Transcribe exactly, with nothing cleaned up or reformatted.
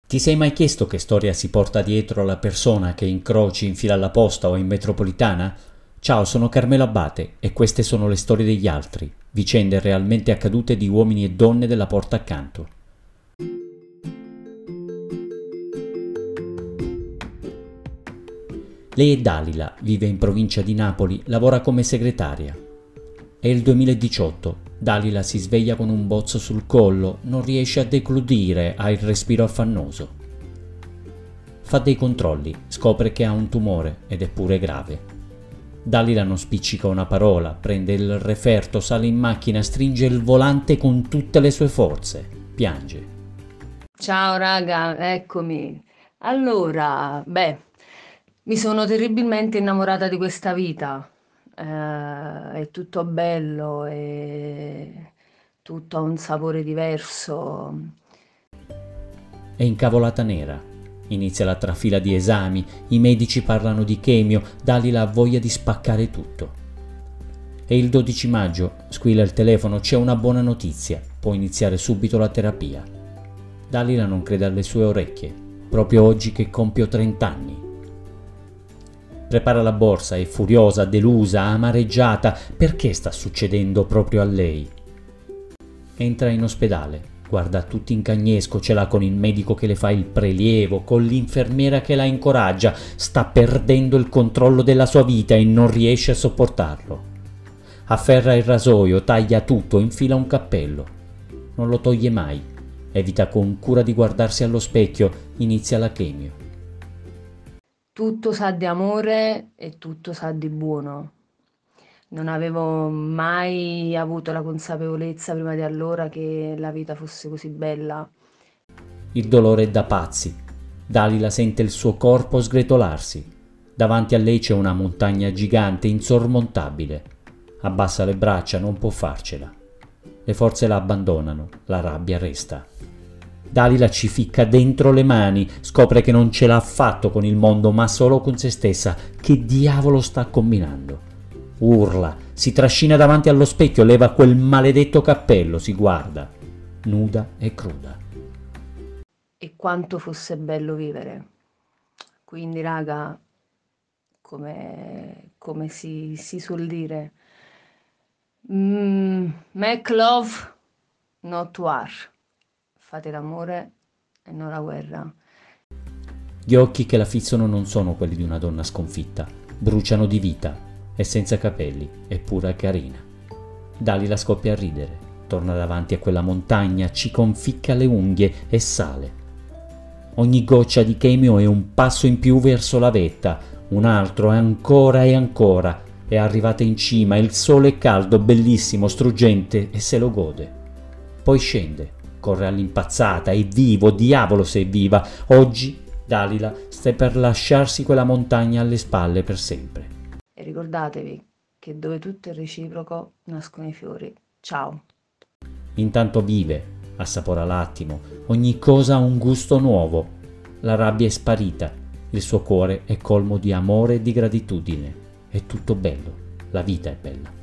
Ti sei mai chiesto che storia si porta dietro la persona che incroci in fila alla posta o in metropolitana? Ciao, sono Carmelo Abate e queste sono le storie degli altri, vicende realmente accadute di uomini e donne della porta accanto. Lei è Dalila, vive in provincia di Napoli, lavora come segretaria. È il duemiladiciotto, Dalila si sveglia con un bozzo sul collo, non riesce a deglutire, ha il respiro affannoso. Fa dei controlli, scopre che ha un tumore ed è pure grave. Dalila non spiccica una parola, prende il referto, sale in macchina, stringe il volante con tutte le sue forze, piange. Ciao raga, eccomi. Allora, beh, mi sono terribilmente innamorata di questa vita. Eh, è tutto bello, è tutto ha un sapore diverso. È incavolata nera. Inizia la trafila di esami, i medici parlano di chemio, Dalila ha voglia di spaccare tutto. È il dodici maggio, squilla il telefono, c'è una buona notizia, può iniziare subito la terapia. Dalila non crede alle sue orecchie, proprio oggi che compio trenta anni. Prepara la borsa, è furiosa, delusa, amareggiata, perché sta succedendo proprio a lei? Entra in ospedale, guarda tutti in cagnesco, ce l'ha con il medico che le fa il prelievo, con l'infermiera che la incoraggia, sta perdendo il controllo della sua vita e non riesce a sopportarlo. Afferra il rasoio, taglia tutto, infila un cappello. Non lo toglie mai, evita con cura di guardarsi allo specchio, inizia la chemio. Tutto sa di amore e tutto sa di buono. Non avevo mai avuto la consapevolezza prima di allora che la vita fosse così bella. Il dolore è da pazzi. Dalila sente il suo corpo sgretolarsi. Davanti a lei c'è una montagna gigante, insormontabile. Abbassa le braccia, non può farcela. Le forze la abbandonano, la rabbia resta. Dalila ci ficca dentro le mani, scopre che non ce l'ha affatto con il mondo, ma solo con se stessa. Che diavolo sta combinando? Urla, si trascina davanti allo specchio, leva quel maledetto cappello, si guarda, nuda e cruda. E quanto fosse bello vivere. Quindi, raga, come, come si, si suol dire, mm, make love, not war. Fate l'amore e non la guerra. Gli occhi che la fissano non sono quelli di una donna sconfitta, bruciano di vita, è senza capelli, eppure carina. Dalila scoppia a ridere, torna davanti a quella montagna, ci conficca le unghie e sale. Ogni goccia di chemio è un passo in più verso la vetta, un altro e ancora e ancora. È arrivata in cima, il sole è caldo, bellissimo, struggente e se lo gode. Poi scende, corre all'impazzata, è vivo, diavolo se è viva. Oggi Dalila sta per lasciarsi quella montagna alle spalle per sempre. E ricordatevi che dove tutto è reciproco nascono i fiori. Ciao. Intanto vive, assapora l'attimo, ogni cosa ha un gusto nuovo. La rabbia è sparita, il suo cuore è colmo di amore e di gratitudine. È tutto bello, la vita è bella.